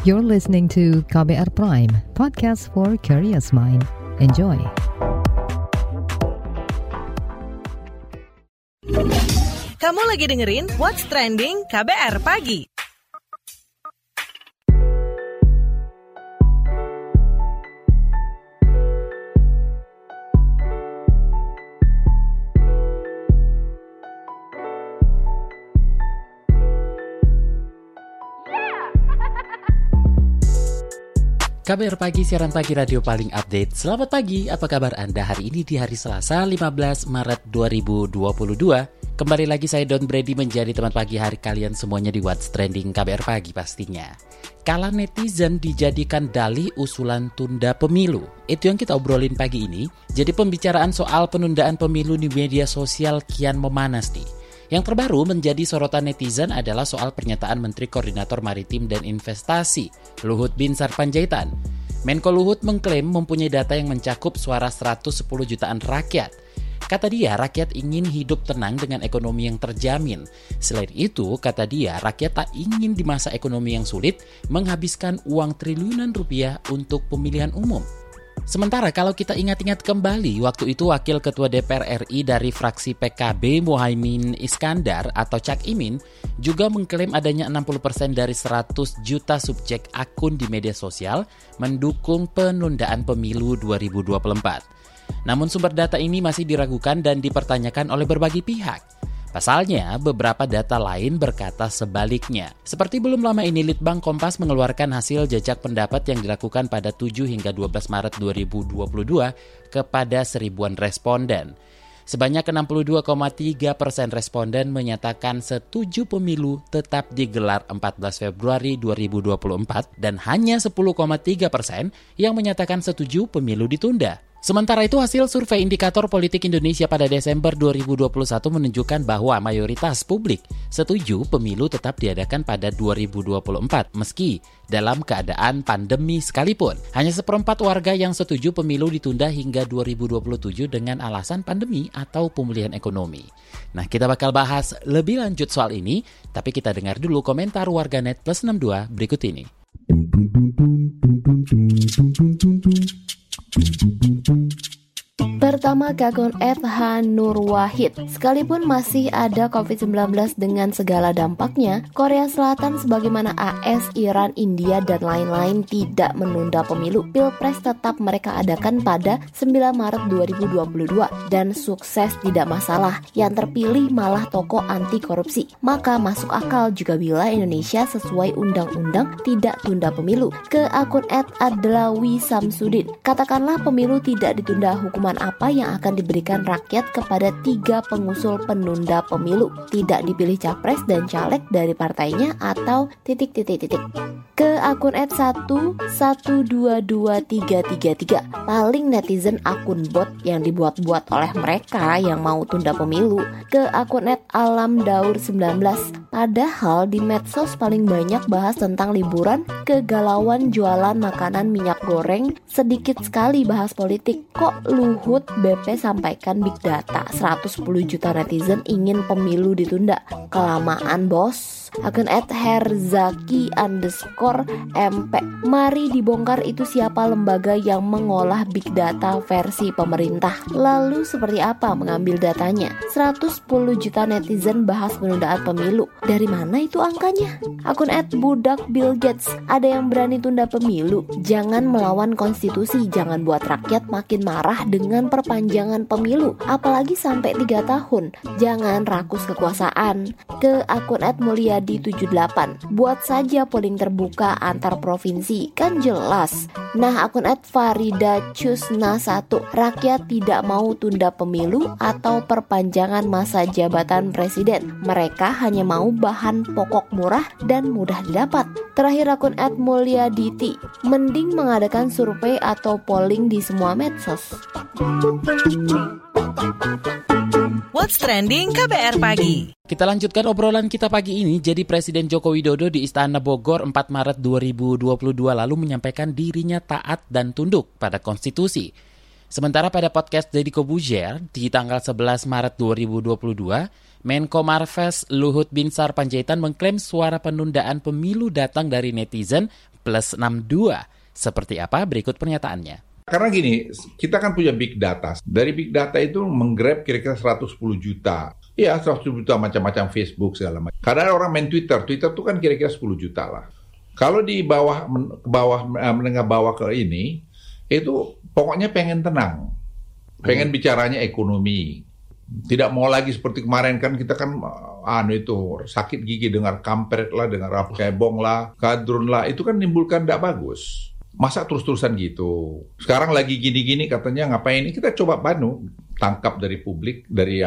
You're listening to KBR Prime, podcast for curious mind. Enjoy. Kamu lagi dengerin What's Trending KBR Pagi. KBR Pagi, siaran pagi radio paling update. Selamat pagi, apa kabar Anda hari ini di hari Selasa 15 Maret 2022? Kembali lagi saya Don Brady menjadi teman pagi hari kalian semuanya di What's Trending KBR Pagi pastinya. Kala netizen dijadikan dalih usulan tunda pemilu. Itu yang kita obrolin pagi ini. Jadi pembicaraan soal penundaan pemilu di media sosial kian memanas nih. Yang terbaru menjadi sorotan netizen adalah soal pernyataan Menteri Koordinator Maritim dan Investasi, Luhut Binsar Panjaitan. Menko Luhut mengklaim mempunyai data yang mencakup suara 110 jutaan rakyat. Kata dia, rakyat ingin hidup tenang dengan ekonomi yang terjamin. Selain itu, kata dia, rakyat tak ingin di masa ekonomi yang sulit menghabiskan uang triliunan rupiah untuk pemilihan umum. Sementara kalau kita ingat-ingat kembali, waktu itu Wakil Ketua DPR RI dari fraksi PKB Muhaimin Iskandar atau Cak Imin juga mengklaim adanya 60% dari 100 juta subjek akun di media sosial mendukung penundaan pemilu 2024. Namun sumber data ini masih diragukan dan dipertanyakan oleh berbagai pihak. Pasalnya, beberapa data lain berkata sebaliknya. Seperti belum lama ini, Litbang Kompas mengeluarkan hasil jajak pendapat yang dilakukan pada 7 hingga 12 Maret 2022 kepada seribuan responden. Sebanyak 62,3% responden menyatakan setuju pemilu tetap digelar 14 Februari 2024 dan hanya 10,3% yang menyatakan setuju pemilu ditunda. Sementara itu, hasil survei Indikator Politik Indonesia pada Desember 2021 menunjukkan bahwa mayoritas publik setuju pemilu tetap diadakan pada 2024 meski dalam keadaan pandemi sekalipun. Hanya seperempat warga yang setuju pemilu ditunda hingga 2027 dengan alasan pandemi atau pemulihan ekonomi. Nah, kita bakal bahas lebih lanjut soal ini, tapi kita dengar dulu komentar warganet Plus 62 berikut ini. Pertama ke akun @hanurwahid. Sekalipun masih ada COVID-19 dengan segala dampaknya, Korea Selatan sebagaimana AS, Iran, India, dan lain-lain tidak menunda pemilu. Pilpres tetap mereka adakan pada 9 Maret 2022 dan sukses tidak masalah. Yang terpilih malah tokoh anti korupsi. Maka masuk akal juga bila Indonesia sesuai undang-undang tidak tunda pemilu. Ke akun @adlawi samsudin. Katakanlah pemilu tidak ditunda, hukuman apa yang akan diberikan rakyat kepada 3 pengusul penunda pemilu? Tidak dipilih capres dan caleg dari partainya atau ... Ke akun @1122333. Paling netizen akun bot yang dibuat-buat oleh mereka yang mau tunda pemilu. Ke akun @alamdaur19. Padahal di medsos paling banyak bahas tentang liburan, kegalauan jualan makanan minyak goreng, sedikit sekali bahas politik. Kok Luhut BP sampaikan big data 110 juta netizen ingin pemilu ditunda? Kelamaan bos. Akun @herzaki_mp. Mari dibongkar itu siapa lembaga yang mengolah big data versi pemerintah. Lalu seperti apa mengambil datanya? 110 juta netizen bahas penundaan pemilu. Dari mana itu angkanya? Akun @budak Bill Gates. Ada yang berani tunda pemilu? Jangan melawan konstitusi, jangan buat rakyat makin marah dengan perpanjangan pemilu, apalagi sampai 3 tahun. Jangan rakus kekuasaan. Ke akun @mulyadi78. Buat saja polling terbuka antar provinsi, kan jelas. Nah, akun @faridacusna1. Rakyat tidak mau tunda pemilu atau perpanjangan masa jabatan presiden. Mereka hanya mau bahan pokok murah dan mudah didapat. Terakhir akun @mulyaditi. Mending mengadakan survei atau polling di semua medsos. What's Trending KBR Pagi. Kita lanjutkan obrolan kita pagi ini. Jadi Presiden Joko Widodo di Istana Bogor 4 Maret 2022 lalu menyampaikan dirinya taat dan tunduk pada konstitusi. Sementara pada podcast Deddy Corbuzier di tanggal 11 Maret 2022, Menko Marves Luhut Binsar Panjaitan mengklaim suara penundaan pemilu datang dari netizen plus 62. Seperti apa? Berikut pernyataannya. Karena gini, kita kan punya big data. Dari big data itu menggrab kira-kira 110 juta. Iya, 110 juta macam-macam Facebook segala macam. Kadang orang main Twitter tuh kan kira-kira 10 juta lah. Kalau di menengah bawah ke ini, itu pokoknya pengen tenang. Pengen bicaranya ekonomi. Tidak mau lagi seperti kemarin kan kita kan sakit gigi dengar kampret lah, dengar cebong lah, kadrun lah. Itu kan menimbulkan tidak bagus. Masa terus-terusan gitu. Sekarang lagi gini-gini katanya ngapain ini? Kita coba tangkap dari publik, dari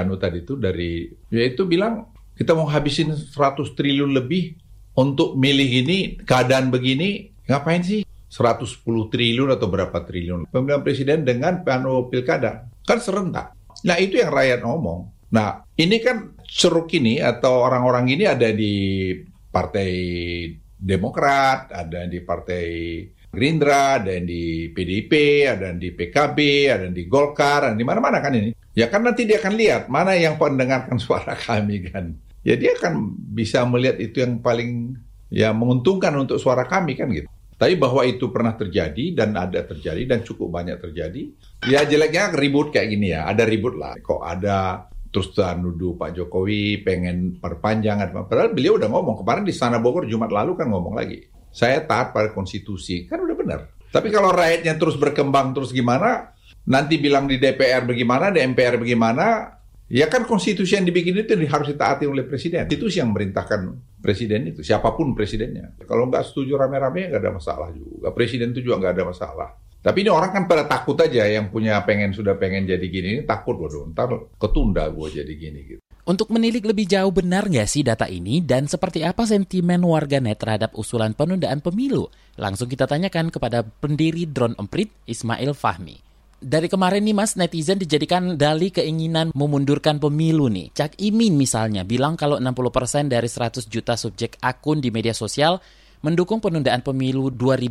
yaitu bilang kita mau habisin 100 triliun lebih untuk milih ini, keadaan begini, ngapain sih? 110 triliun atau berapa triliun pemilihan presiden dengan pilkada. Kan serentak. Nah itu yang rakyat ngomong. Nah ini kan ceruk ini atau orang-orang ini ada di Partai Demokrat, ada di Partai Gerindra, ada yang di PDIP, ada yang di PKB, ada yang di Golkar, ada di mana-mana kan ini. Ya kan nanti dia akan lihat mana yang mendengarkan suara kami kan. Ya dia akan bisa melihat itu yang paling menguntungkan untuk suara kami kan gitu. Tapi bahwa itu pernah terjadi dan ada terjadi dan cukup banyak terjadi. Ya jeleknya ribut kayak gini ya, ada ribut lah. Kok ada terus nuduh Pak Jokowi pengen perpanjangan. Padahal beliau udah ngomong, kemarin di Istana Bogor Jumat lalu kan ngomong lagi. Saya taat pada konstitusi, kan udah benar. Tapi kalau rakyatnya terus berkembang terus gimana, nanti bilang di DPR bagaimana, di MPR bagaimana, ya kan konstitusi yang dibikin itu harus ditaati oleh presiden. Itu yang memerintahkan presiden itu, siapapun presidennya. Kalau nggak setuju rame-rame nggak ada masalah juga. Presiden itu juga nggak ada masalah. Tapi ini orang kan pada takut aja, yang sudah pengen jadi gini, ini takut, waduh, ntar ketunda gue jadi gini gitu. Untuk menilik lebih jauh benar nggak sih data ini dan seperti apa sentimen warganet terhadap usulan penundaan pemilu? Langsung kita tanyakan kepada pendiri Drone Emprit, Ismail Fahmi. Dari kemarin nih Mas, netizen dijadikan dalih keinginan memundurkan pemilu nih. Cak Imin misalnya bilang kalau 60% dari 100 juta subjek akun di media sosial mendukung penundaan pemilu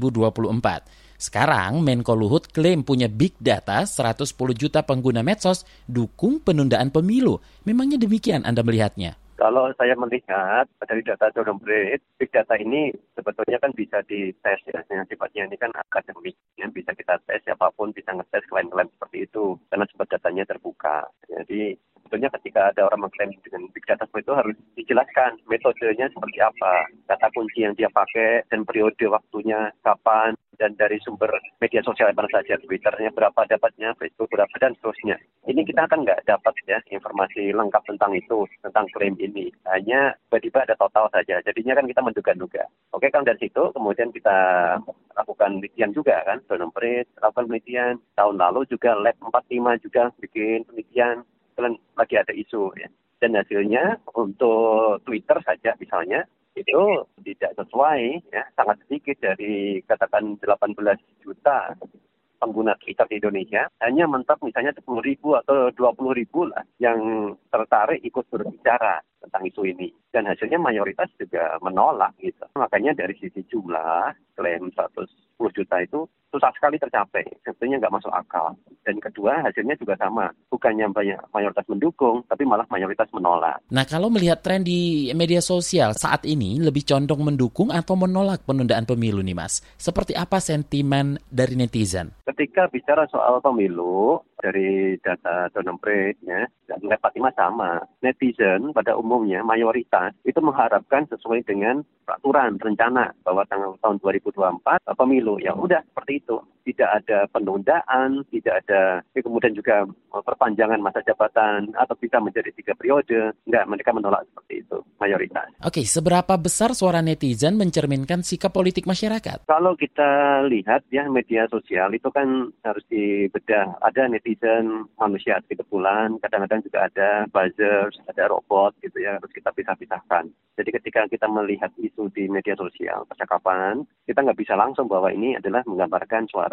2024. Sekarang Menko Luhut klaim punya big data 110 juta pengguna medsos dukung penundaan pemilu. Memangnya demikian Anda melihatnya? Kalau saya melihat dari data Drone Emprit, big data ini sebetulnya kan bisa dites ya. Yang sifatnya ini kan akademik, yang bisa kita tes, siapapun bisa ngetes klaim-klaim seperti itu karena sumber datanya terbuka. Jadi sebetulnya ketika ada orang mengklaim dengan big data seperti itu harus dijelaskan metodenya seperti apa, kata kunci yang dia pakai dan periode waktunya kapan, dan dari sumber media sosial mana saja, Twitternya berapa dapatnya, Facebook berapa, dan seterusnya. Ini kita akan nggak dapat ya informasi lengkap tentang itu, tentang klaim ini. Hanya tiba-tiba ada total saja. Jadinya kan kita menduga-duga. Oke, kan dari situ kemudian kita lakukan penelitian juga kan, Drone Emprit lakukan penelitian. Tahun lalu juga Lab 45 juga bikin penelitian. Dan lagi ada isu ya. Dan hasilnya untuk Twitter saja misalnya, itu tidak sesuai, ya, sangat sedikit dari katakan 18 juta pengguna Twitter di Indonesia, hanya mentok misalnya 10.000 atau 20.000 lah yang tertarik ikut berbicara tentang isu ini. Dan hasilnya mayoritas juga menolak gitu. Makanya dari sisi jumlah, klaim 110 juta itu susah sekali tercapai. Sebetulnya nggak masuk akal. Dan kedua, hasilnya juga sama. Bukannya mayoritas mendukung, tapi malah mayoritas menolak. Nah, kalau melihat tren di media sosial saat ini lebih condong mendukung atau menolak penundaan pemilu nih Mas? Seperti apa sentimen dari netizen? Ketika bicara soal pemilu, dari data Drone Emprit ya, dan Lab 45 sama. Netizen pada umumnya mayoritas itu mengharapkan sesuai dengan peraturan rencana bahwa tahun 2024 pemilu. Ya udah seperti itu. Tidak ada penundaan, tidak ada kemudian juga perpanjangan masa jabatan atau bisa menjadi 3 periode. Enggak, mereka menolak seperti itu, mayoritas. Oke, seberapa besar suara netizen mencerminkan sikap politik masyarakat? Kalau kita lihat ya media sosial itu kan harus dibedah. Ada netizen manusia kebetulan, kadang-kadang juga ada buzzers, ada robot gitu ya, harus kita pisah-pisahkan. Jadi ketika kita melihat isu di media sosial, percakapan, kita nggak bisa langsung bahwa ini adalah menggambarkan suara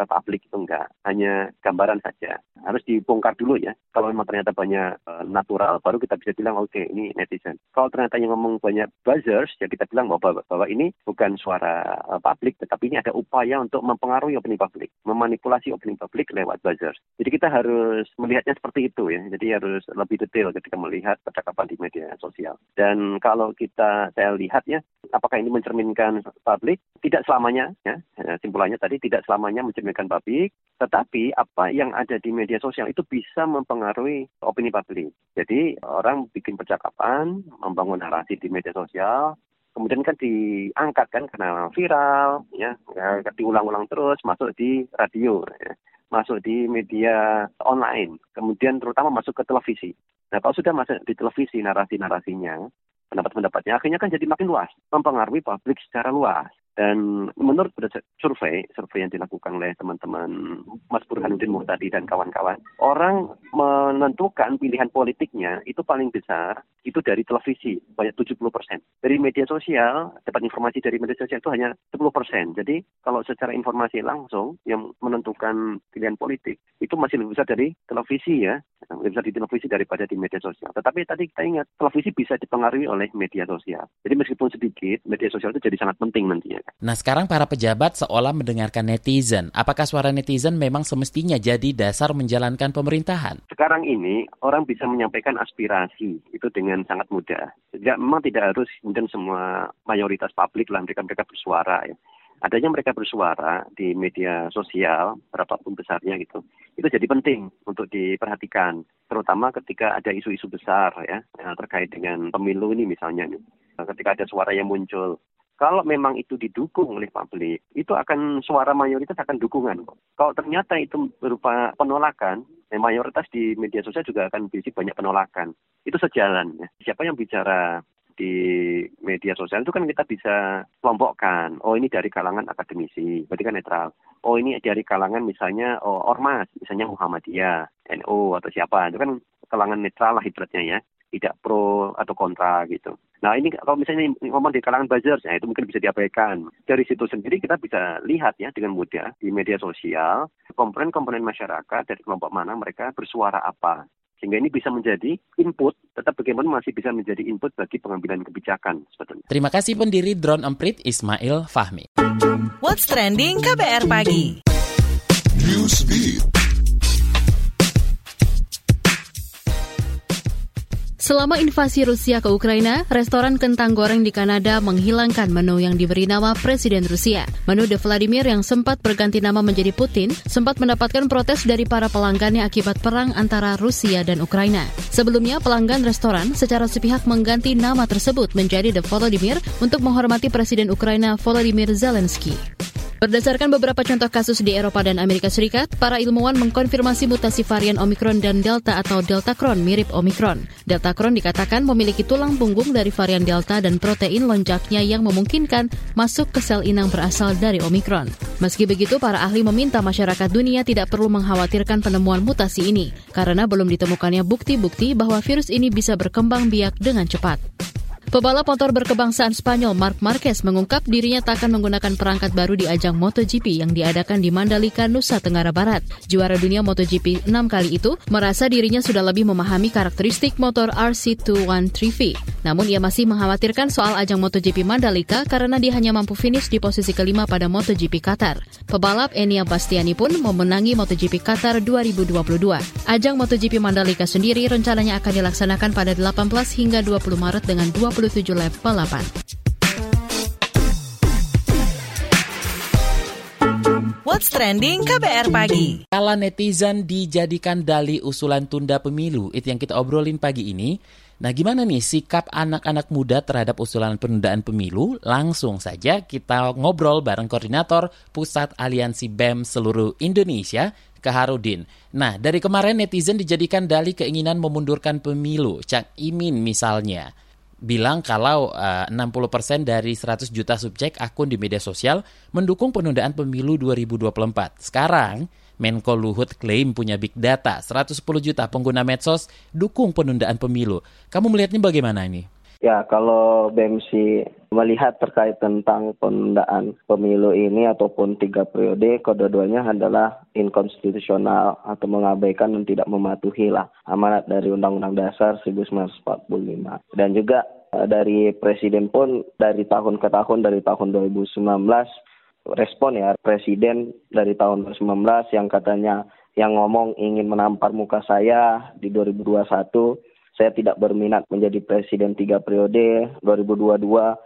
publik itu enggak, hanya gambaran saja. Harus dibongkar dulu ya. Kalau memang ternyata banyak natural, baru kita bisa bilang oke, ini netizen. Kalau ternyata yang ngomong banyak buzzers, ya kita bilang bahwa ini bukan suara publik, tetapi ini ada upaya untuk mempengaruhi opini publik, memanipulasi opini publik lewat buzzers. Jadi kita harus melihatnya seperti itu ya. Jadi harus lebih detail ketika melihat percakapan di media sosial. Dan kalau saya lihat ya, apakah ini mencerminkan publik? Tidak selamanya ya. Simpulannya tadi tidak selamanya mencerminkan publik, tetapi apa yang ada di media sosial itu bisa mempengaruhi opini publik. Jadi orang bikin percakapan, membangun narasi di media sosial, kemudian kan diangkat kan karena viral, ya diulang-ulang terus, masuk di radio, ya, masuk di media online, kemudian terutama masuk ke televisi. Nah kalau sudah masuk di televisi narasi-narasinya, pendapat-pendapatnya akhirnya kan jadi makin luas, mempengaruhi publik secara luas. Dan menurut survei yang dilakukan oleh teman-teman Mas Burhanuddin Muhtadi dan kawan-kawan, orang menentukan pilihan politiknya itu paling besar itu dari televisi, banyak 70%. Dari media sosial, dapat informasi dari media sosial itu hanya 10%. Jadi kalau secara informasi langsung yang menentukan pilihan politik, itu masih lebih besar dari televisi ya, lebih besar di televisi daripada di media sosial. Tetapi tadi kita ingat, televisi bisa dipengaruhi oleh media sosial. Jadi meskipun sedikit, media sosial itu jadi sangat penting nantinya. Nah sekarang para pejabat seolah mendengarkan netizen. Apakah suara netizen memang semestinya jadi dasar menjalankan pemerintahan? Sekarang ini orang bisa menyampaikan aspirasi itu dengan sangat mudah. Memang tidak harus kemudian semua mayoritas publik lah mereka bersuara ya. Adanya mereka bersuara di media sosial, berapapun besarnya gitu, itu jadi penting untuk diperhatikan. Terutama ketika ada isu-isu besar ya terkait dengan pemilu ini misalnya nih. Ketika ada suara yang muncul, kalau memang itu didukung oleh publik, itu akan suara mayoritas akan dukungan. Kalau ternyata itu berupa penolakan, mayoritas di media sosial juga akan berisi banyak penolakan. Itu sejalan. Ya. Siapa yang bicara di media sosial itu kan kita bisa kelompokkan. Oh ini dari kalangan akademisi, berarti kan netral. Oh ini dari kalangan misalnya ormas, misalnya Muhammadiyah, NU atau siapa. Itu kan kalangan netral lah ibaratnya ya. Tidak pro atau kontra gitu. Nah ini kalau misalnya ngomong di kalangan buzzers, ya itu mungkin bisa diabaikan. Dari situ sendiri kita bisa lihat ya dengan mudah di media sosial, komponen-komponen masyarakat dari kelompok mana mereka bersuara apa. Sehingga ini bisa menjadi input, tetap bagaimana masih bisa menjadi input bagi pengambilan kebijakan sebetulnya. Terima kasih pendiri Drone Emprit Ismail Fahmi. What's Trending KBR Pagi. Newsbeat. Selama invasi Rusia ke Ukraina, restoran kentang goreng di Kanada menghilangkan menu yang diberi nama Presiden Rusia. Menu de Vladimir yang sempat berganti nama menjadi Putin sempat mendapatkan protes dari para pelanggannya akibat perang antara Rusia dan Ukraina. Sebelumnya, pelanggan restoran secara sepihak mengganti nama tersebut menjadi de Volodymyr untuk menghormati Presiden Ukraina Volodymyr Zelensky. Berdasarkan beberapa contoh kasus di Eropa dan Amerika Serikat, para ilmuwan mengkonfirmasi mutasi varian Omikron dan Delta atau Deltacron mirip Omikron. Deltacron dikatakan memiliki tulang punggung dari varian Delta dan protein lonjaknya yang memungkinkan masuk ke sel inang berasal dari Omikron. Meski begitu, para ahli meminta masyarakat dunia tidak perlu mengkhawatirkan penemuan mutasi ini, karena belum ditemukannya bukti-bukti bahwa virus ini bisa berkembang biak dengan cepat. Pebalap motor berkebangsaan Spanyol Marc Marquez mengungkap dirinya tak akan menggunakan perangkat baru di ajang MotoGP yang diadakan di Mandalika, Nusa Tenggara Barat. Juara dunia MotoGP 6 kali itu merasa dirinya sudah lebih memahami karakteristik motor RC213V. Namun ia masih mengkhawatirkan soal ajang MotoGP Mandalika karena dia hanya mampu finish di posisi kelima pada MotoGP Qatar. Pebalap Enea Bastiani pun memenangi MotoGP Qatar 2022. Ajang MotoGP Mandalika sendiri rencananya akan dilaksanakan pada 18 hingga 20 Maret dengan 27 lap balapan. What's Trending KBR Pagi. Kala netizen dijadikan dalih usulan tunda pemilu, itu yang kita obrolin pagi ini. Nah gimana nih sikap anak-anak muda terhadap usulan penundaan pemilu? Langsung saja kita ngobrol bareng Koordinator Pusat Aliansi BEM seluruh Indonesia, Kaharudin. Nah dari kemarin netizen dijadikan dalih keinginan memundurkan pemilu. Cak Imin misalnya bilang kalau 60% dari 100 juta subjek akun di media sosial mendukung penundaan pemilu 2024. Sekarang, Menko Luhut klaim punya big data, 110 juta pengguna medsos dukung penundaan pemilu. Kamu melihatnya bagaimana ini? Ya, kalau BEM sih melihat terkait tentang penundaan pemilu ini ataupun 3 periode, kedua-duanya adalah inkonstitusional atau mengabaikan dan tidak mematuhi amanat dari Undang-Undang Dasar 1945. Dan juga dari Presiden pun dari tahun ke tahun, dari tahun 2019, respon Presiden dari tahun 2019 yang katanya yang ngomong ingin menampar muka saya di 2021, saya tidak berminat menjadi presiden 3 periode, 2022,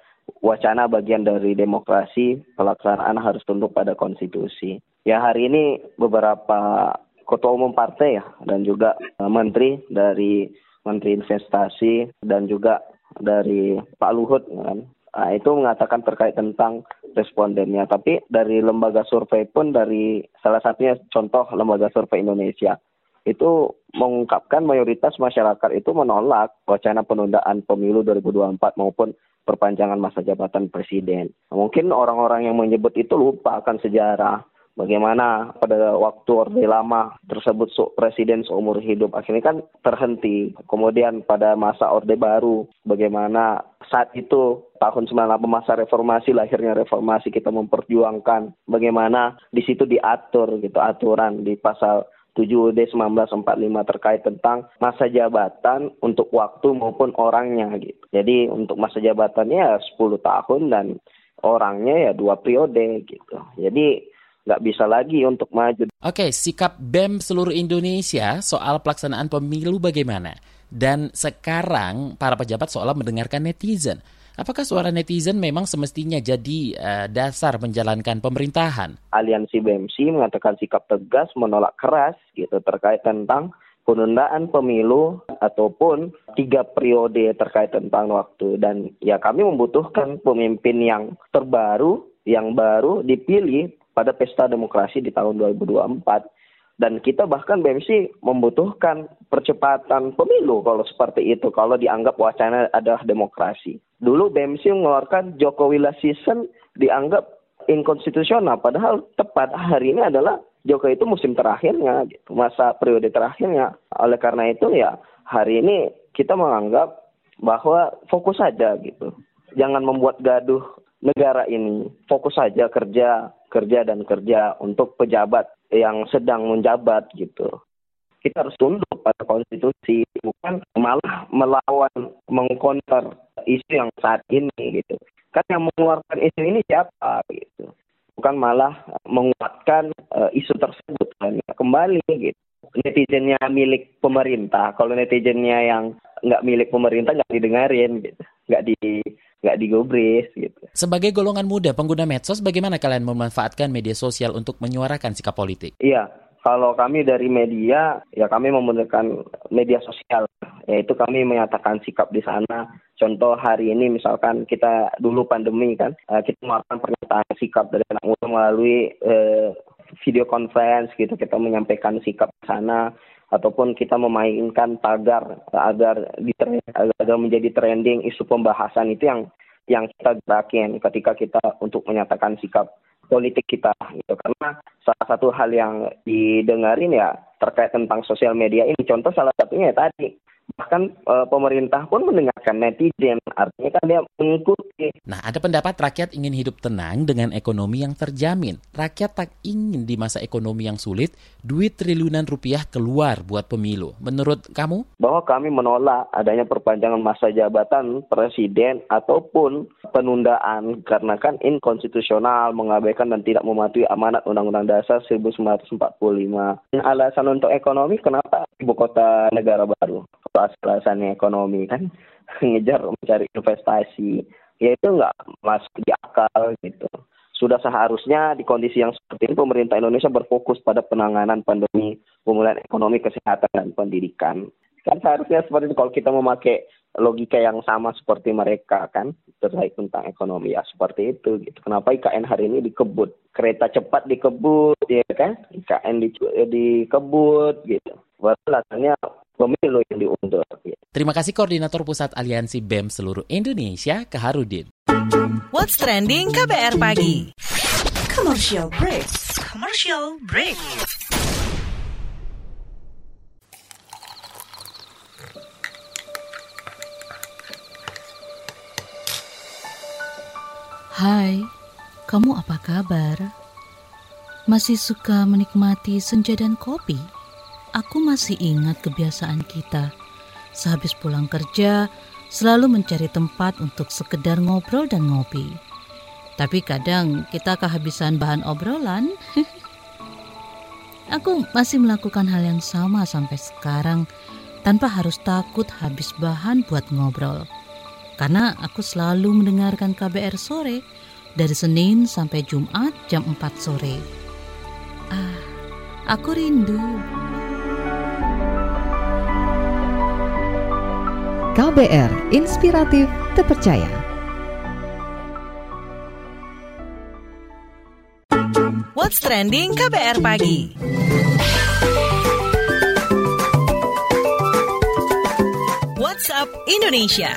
wacana bagian dari demokrasi, pelaksanaan harus tunduk pada konstitusi. Ya, hari ini beberapa ketua umum partai dan juga menteri dari Menteri Investasi dan juga dari Pak Luhut kan, itu mengatakan terkait tentang respondennya. Tapi dari lembaga survei pun, dari salah satunya contoh lembaga survei Indonesia, itu mengungkapkan mayoritas masyarakat itu menolak wacana penundaan pemilu 2024 maupun perpanjangan masa jabatan presiden. Mungkin orang-orang yang menyebut itu lupa akan sejarah. Bagaimana pada waktu Orde Lama tersebut presiden seumur hidup akhirnya kan terhenti. Kemudian pada masa Orde Baru, bagaimana saat itu tahun 98 masa reformasi, lahirnya reformasi, kita memperjuangkan bagaimana di situ diatur gitu aturan di pasal 7 UUD 1945 terkait tentang masa jabatan untuk waktu maupun orangnya gitu. Jadi untuk masa jabatannya 10 tahun dan orangnya 2 periode gitu. Jadi nggak bisa lagi untuk maju. Oke, sikap BEM seluruh Indonesia soal pelaksanaan pemilu bagaimana? Dan sekarang para pejabat seolah mendengarkan netizen. Apakah suara netizen memang semestinya jadi dasar menjalankan pemerintahan? Aliansi BMC mengatakan sikap tegas menolak keras gitu terkait tentang penundaan pemilu ataupun 3 periode terkait tentang waktu. Dan ya kami membutuhkan pemimpin yang terbaru, yang baru dipilih pada pesta demokrasi di tahun 2024. Dan kita bahkan BMC membutuhkan percepatan pemilu kalau seperti itu, kalau dianggap wacana adalah demokrasi. Dulu BMC mengeluarkan Jokowi last season dianggap inkonstitusional, padahal tepat hari ini adalah Jokowi itu musim terakhirnya, gitu, masa periode terakhirnya. Oleh karena itu ya hari ini kita menganggap bahwa fokus saja gitu. Jangan membuat gaduh negara ini, fokus saja kerja untuk pejabat yang sedang menjabat gitu. Kita harus tunduk pada konstitusi, bukan malah melawan, mengkonter isu yang saat ini gitu. Kan yang mengeluarkan isu ini siapa gitu. Bukan malah menguatkan isu tersebut kan. Kembali gitu. Netizennya milik pemerintah. Kalau netizennya yang nggak milik pemerintah nggak didengarin gitu. Nggak digubris gitu. Sebagai golongan muda pengguna medsos, bagaimana kalian memanfaatkan media sosial untuk menyuarakan sikap politik? Iya, kalau kami dari media, ya kami menggunakan media sosial. Yaitu kami menyatakan sikap di sana. Contoh hari ini misalkan kita dulu pandemi kan, kita melakukan pernyataan sikap dari anak muda melalui video conference gitu. Kita menyampaikan sikap di sana. Ataupun kita memainkan tagar agar menjadi trending isu pembahasan itu yang kita gerakin ketika kita untuk menyatakan sikap politik kita gitu. Karena salah satu hal yang didengarin ya terkait tentang sosial media ini, contoh salah satunya ya tadi, bahkan pemerintah pun mendengarkan netizen, artinya kan dia mengikuti. Nah, ada pendapat rakyat ingin hidup tenang dengan ekonomi yang terjamin. Rakyat tak ingin di masa ekonomi yang sulit, duit triliunan rupiah keluar buat pemilu. Menurut kamu? Bahwa kami menolak adanya perpanjangan masa jabatan presiden ataupun penundaan karena kan inkonstitusional, mengabaikan dan tidak mematuhi amanat Undang-Undang Dasar 1945. Alasan untuk ekonomi, kenapa ibu kota negara baru? Alasannya ekonomi kan ngejar mencari investasi, ya itu nggak masuk di akal gitu. Sudah seharusnya di kondisi yang seperti ini pemerintah Indonesia berfokus pada penanganan pandemi, pemulihan ekonomi, kesehatan dan pendidikan. Kan seharusnya seperti itu kalau kita memakai logika yang sama seperti mereka kan terkait tentang ekonomi ya seperti itu gitu. Kenapa IKN hari ini dikebut, kereta cepat dikebut ya kan, IKN dikebut gitu. Berarti alasannya pemilu yang diundur. Terima kasih Koordinator Pusat Aliansi BEM seluruh Indonesia, Kaharudin. What's Trending KBR Pagi. Commercial break. Hai, kamu apa kabar? Masih suka menikmati senja dan kopi? Aku masih ingat kebiasaan kita. Sehabis pulang kerja, selalu mencari tempat untuk sekedar ngobrol dan ngopi. Tapi kadang kita kehabisan bahan obrolan. Aku masih melakukan hal yang sama sampai sekarang, tanpa harus takut habis bahan buat ngobrol. Karena aku selalu mendengarkan KBR Sore, dari Senin sampai Jumat jam 4 sore. Aku rindu. KBR Inspiratif Terpercaya. What's Trending KBR Pagi. WhatsApp Indonesia.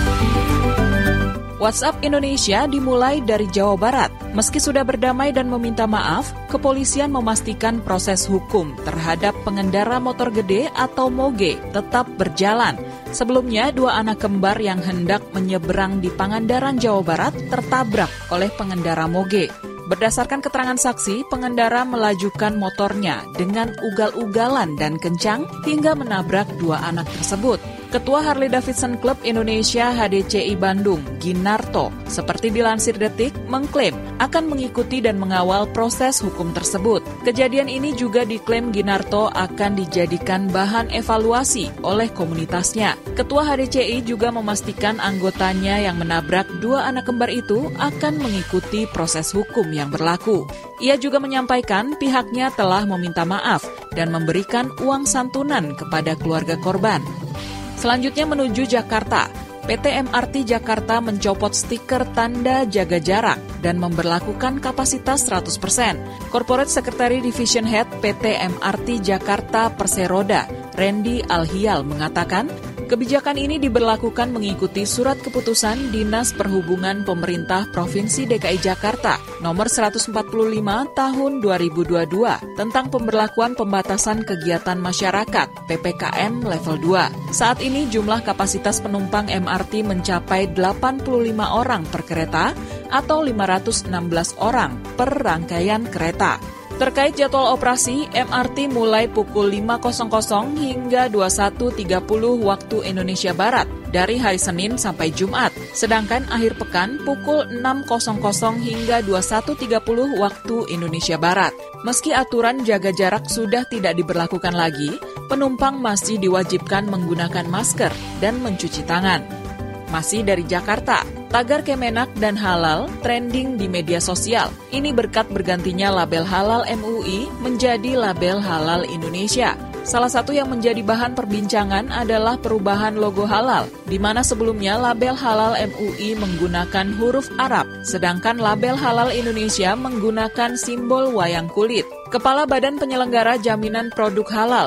WhatsApp Indonesia dimulai dari Jawa Barat. Meski sudah berdamai dan meminta maaf, kepolisian memastikan proses hukum terhadap pengendara motor gede atau moge tetap berjalan. Sebelumnya, 2 anak kembar yang hendak menyeberang di Pangandaran, Jawa Barat tertabrak oleh pengendara moge. Berdasarkan keterangan saksi, pengendara melajukan motornya dengan ugal-ugalan dan kencang hingga menabrak 2 anak tersebut. Ketua Harley Davidson Club Indonesia HDCI Bandung, Ginarto, seperti dilansir Detik, mengklaim akan mengikuti dan mengawal proses hukum tersebut. Kejadian ini juga diklaim Ginarto akan dijadikan bahan evaluasi oleh komunitasnya. Ketua HDCI juga memastikan anggotanya yang menabrak 2 anak kembar itu akan mengikuti proses hukum yang berlaku. Ia juga menyampaikan pihaknya telah meminta maaf dan memberikan uang santunan kepada keluarga korban. Selanjutnya menuju Jakarta. PT MRT Jakarta mencopot stiker tanda jaga jarak dan memberlakukan kapasitas 100%. Corporate Secretary Division Head PT MRT Jakarta Perseroda, Randy Alhial mengatakan, kebijakan ini diberlakukan mengikuti surat keputusan Dinas Perhubungan Pemerintah Provinsi DKI Jakarta nomor 145 tahun 2022 tentang pemberlakuan pembatasan kegiatan masyarakat PPKM level 2. Saat ini jumlah kapasitas penumpang MRT mencapai 85 orang per kereta atau 516 orang per rangkaian kereta. Terkait jadwal operasi, MRT mulai pukul 5.00 hingga 21.30 waktu Indonesia Barat dari hari Senin sampai Jumat, sedangkan akhir pekan pukul 6.00 hingga 21.30 waktu Indonesia Barat. Meski aturan jaga jarak sudah tidak diberlakukan lagi, penumpang masih diwajibkan menggunakan masker dan mencuci tangan. Masih dari Jakarta, tagar Kemenak dan halal trending di media sosial. Ini berkat bergantinya label halal MUI menjadi label halal Indonesia. Salah satu yang menjadi bahan perbincangan adalah perubahan logo halal, di mana sebelumnya label halal MUI menggunakan huruf Arab, sedangkan label halal Indonesia menggunakan simbol wayang kulit. Kepala Badan Penyelenggara Jaminan Produk Halal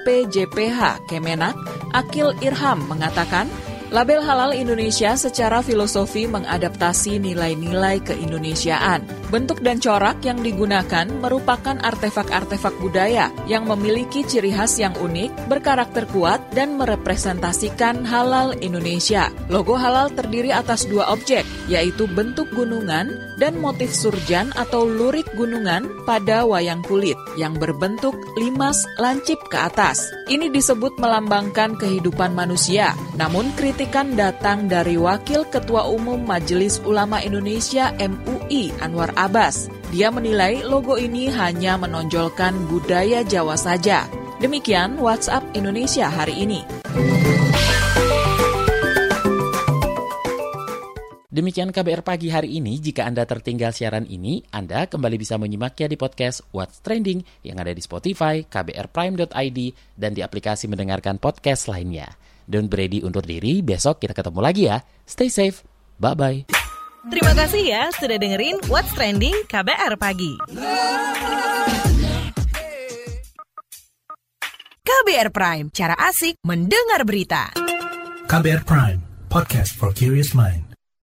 BPJPH Kemenak, Akil Irham mengatakan, label halal Indonesia secara filosofi mengadaptasi nilai-nilai keindonesiaan. Bentuk dan corak yang digunakan merupakan artefak-artefak budaya yang memiliki ciri khas yang unik, berkarakter kuat, dan merepresentasikan halal Indonesia. Logo halal terdiri atas 2 objek, yaitu bentuk gunungan dan motif surjan atau lurik gunungan pada wayang kulit yang berbentuk limas lancip ke atas. Ini disebut melambangkan kehidupan manusia. Namun kritikan datang dari Wakil Ketua Umum Majelis Ulama Indonesia MUI Anwar Abbas. Dia menilai logo ini hanya menonjolkan budaya Jawa saja. Demikian WhatsApp Indonesia hari ini. Demikian KBR Pagi hari ini. Jika Anda tertinggal siaran ini, Anda kembali bisa menyimaknya di podcast What's Trending yang ada di Spotify, kbrprime.id, dan di aplikasi mendengarkan podcast lainnya. Don Brady undur diri, besok kita ketemu lagi ya. Stay safe, bye-bye. Terima kasih ya sudah dengerin What's Trending KBR Pagi. KBR Prime, cara asik mendengar berita. KBR Prime, podcast for curious mind.